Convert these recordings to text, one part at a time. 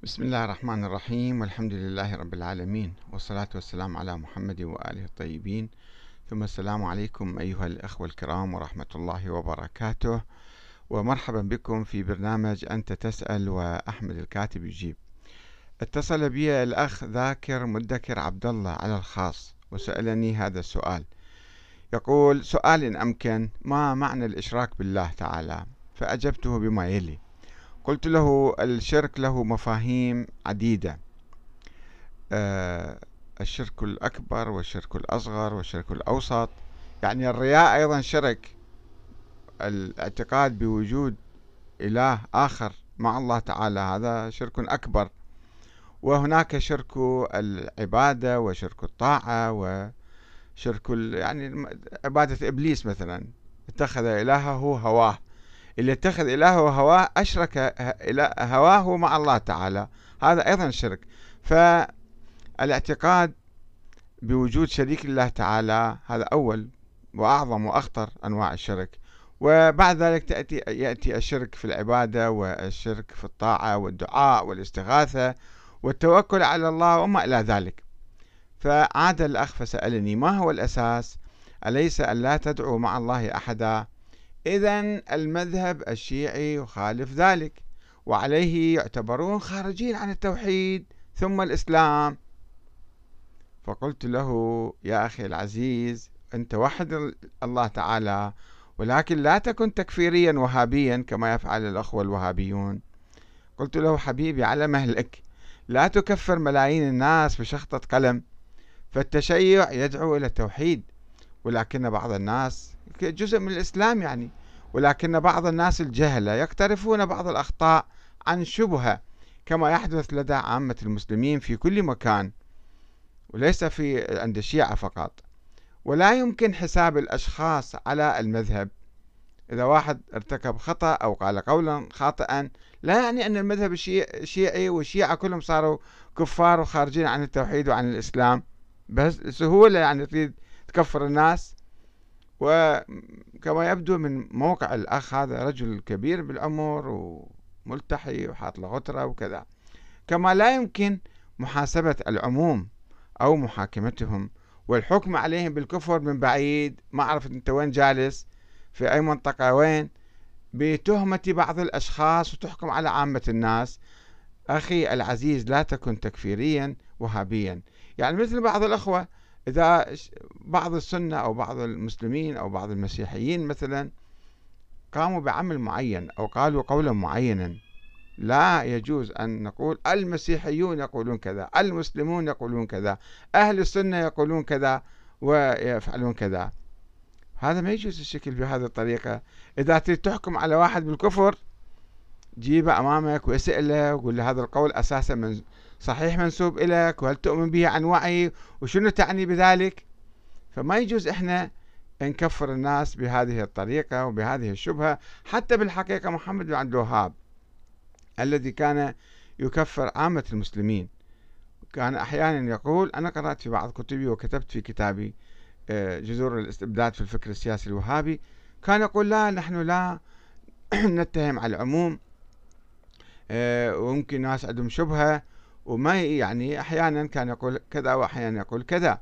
بسم الله الرحمن الرحيم، والحمد لله رب العالمين، والصلاة والسلام على محمد وآله الطيبين، ثم السلام عليكم أيها الأخوة الكرام ورحمة الله وبركاته، ومرحبا بكم في برنامج أنت تسأل وأحمد الكاتب يجيب. اتصل بي الأخ ذاكر مدكر عبد الله على الخاص وسألني هذا السؤال. يقول: سؤال إن أمكن، ما معنى الإشراك بالله تعالى؟ فأجبته بما يلي. قلت له: الشرك له مفاهيم عديدة، الشرك الأكبر والشرك الأصغر والشرك الأوسط، يعني الرياء أيضا شرك، الاعتقاد بوجود إله آخر مع الله تعالى هذا شرك أكبر، وهناك شرك العبادة وشرك الطاعة وشرك يعني عبادة إبليس مثلا، اتخذ إلهه هواه. اللي اتخذ إلهه هواه أشرك هواه مع الله تعالى، هذا أيضا شرك. فالاعتقاد بوجود شريك الله تعالى هذا أول وأعظم وأخطر أنواع الشرك، وبعد ذلك يأتي الشرك في العبادة والشرك في الطاعة والدعاء والاستغاثة والتوكل على الله وما إلى ذلك. فعاد الأخ فسألني: ما هو الأساس؟ أليس أن لا تدعو مع الله أحدا؟ إذن المذهب الشيعي يخالف ذلك، وعليه يعتبرون خارجين عن التوحيد ثم الإسلام. فقلت له: يا أخي العزيز، أنت وحد الله تعالى، ولكن لا تكن تكفيريا وهابيا كما يفعل الأخوة الوهابيون. قلت له: حبيبي على مهلك، لا تكفر ملايين الناس بشخطة قلم، فالتشيع يدعو إلى التوحيد، ولكن بعض الناس جزء من الإسلام يعني، ولكن بعض الناس الجهلة يقترفون بعض الأخطاء عن شبهة، كما يحدث لدى عامة المسلمين في كل مكان، وليس عند الشيعة فقط. ولا يمكن حساب الأشخاص على المذهب. إذا واحد ارتكب خطأ أو قال قولا خاطئا، لا يعني أن المذهب الشيعي والشيعة كلهم صاروا كفار وخارجين عن التوحيد وعن الإسلام بس سهولة، يعني تريد تكفر الناس. وكما يبدو من موقع الأخ، هذا رجل كبير بالعمر وملتحي وحاط له غترة وكذا. كما لا يمكن محاسبة العموم أو محاكمتهم والحكم عليهم بالكفر من بعيد، ما عرفت أنت وين جالس في أي منطقة وين، بتهمة بعض الأشخاص وتحكم على عامة الناس. أخي العزيز، لا تكن تكفيريا وهابيا. يعني مثل بعض الأخوة، إذا بعض السنة أو بعض المسلمين أو بعض المسيحيين مثلا قاموا بعمل معين أو قالوا قولا معينا، لا يجوز أن نقول المسيحيون يقولون كذا، المسلمون يقولون كذا، أهل السنة يقولون كذا ويفعلون كذا. هذا ما يجوز الشكل بهذه الطريقة. إذا تريد تحكم على واحد بالكفر، جيبه أمامك واسأله وقول له: هذا القول أساسا صحيح منسوب إليك، وهل تؤمن به عن وعي، وشنو تعني بذلك؟ فما يجوز إحنا نكفر الناس بهذه الطريقة وبهذه الشبهة. حتى بالحقيقة محمد بن عبد الوهاب الذي كان يكفر عامة المسلمين، كان أحيانا يقول، أنا قرأت في بعض كتبي وكتبت في كتابي جذور الاستبداد في الفكر السياسي الوهابي، كان يقول: لا، نحن لا نتهم على العموم، وممكن ناس عندهم شبهة، وما يعني أحيانا كان يقول كذا وأحيانا يقول كذا.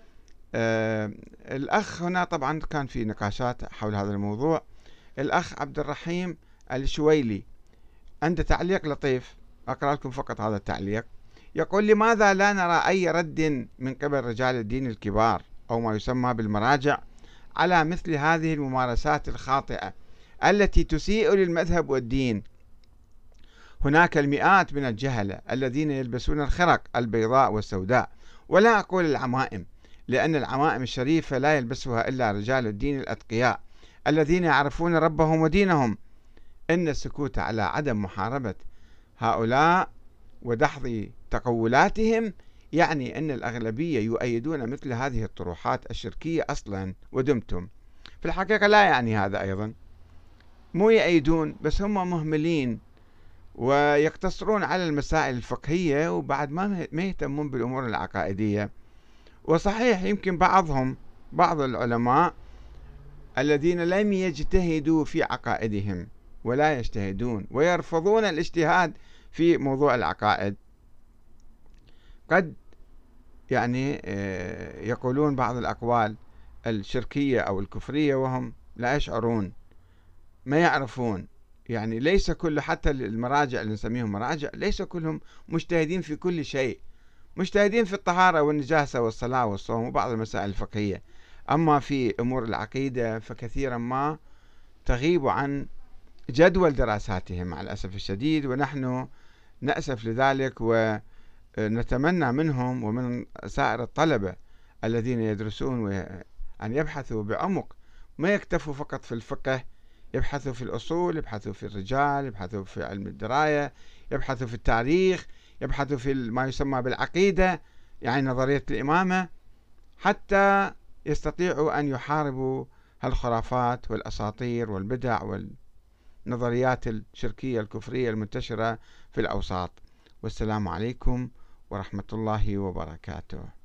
الأخ هنا طبعا كان في نقاشات حول هذا الموضوع. الأخ عبد الرحيم الشويلي عنده تعليق لطيف، أقرأ لكم فقط هذا التعليق. يقول: لماذا لا نرى أي رد من قبل رجال الدين الكبار أو ما يسمى بالمراجع على مثل هذه الممارسات الخاطئة التي تسيء للمذهب والدين؟ هناك المئات من الجهلة الذين يلبسون الخرق البيضاء والسوداء، ولا أقول العمائم، لأن العمائم الشريفة لا يلبسها إلا رجال الدين الأتقياء الذين يعرفون ربهم ودينهم. إن السكوت على عدم محاربة هؤلاء ودحض تقولاتهم يعني أن الأغلبية يؤيدون مثل هذه الطروحات الشركية أصلا ودمتم. في الحقيقة لا يعني هذا أيضا، مو يؤيدون بس هم مهملين ويقتصرون على المسائل الفقهية، وبعد ما يهتمون بالأمور العقائدية. وصحيح يمكن بعض العلماء الذين لم يجتهدوا في عقائدهم ولا يجتهدون ويرفضون الاجتهاد في موضوع العقائد قد يعني يقولون بعض الأقوال الشركية أو الكفرية وهم لا يشعرون، ما يعرفون. يعني ليس كل، حتى المراجع اللي نسميهم مراجع، ليس كلهم مجتهدين في كل شيء، مجتهدين في الطهارة والنجاسة والصلاة والصوم وبعض المسائل الفقهية، أما في أمور العقيدة فكثيرا ما تغيب عن جدول دراساتهم مع الأسف الشديد، ونحن نأسف لذلك، ونتمنى منهم ومن سائر الطلبة الذين يدرسون أن يبحثوا بعمق، ما يكتفوا فقط في الفقه، يبحثوا في الأصول، يبحثوا في الرجال، يبحثوا في علم الدراية، يبحثوا في التاريخ، يبحثوا في ما يسمى بالعقيدة، يعني نظرية الإمامة، حتى يستطيعوا أن يحاربوا هالخرافات والأساطير والبدع والنظريات الشركية الكفرية المنتشرة في الأوساط. والسلام عليكم ورحمة الله وبركاته.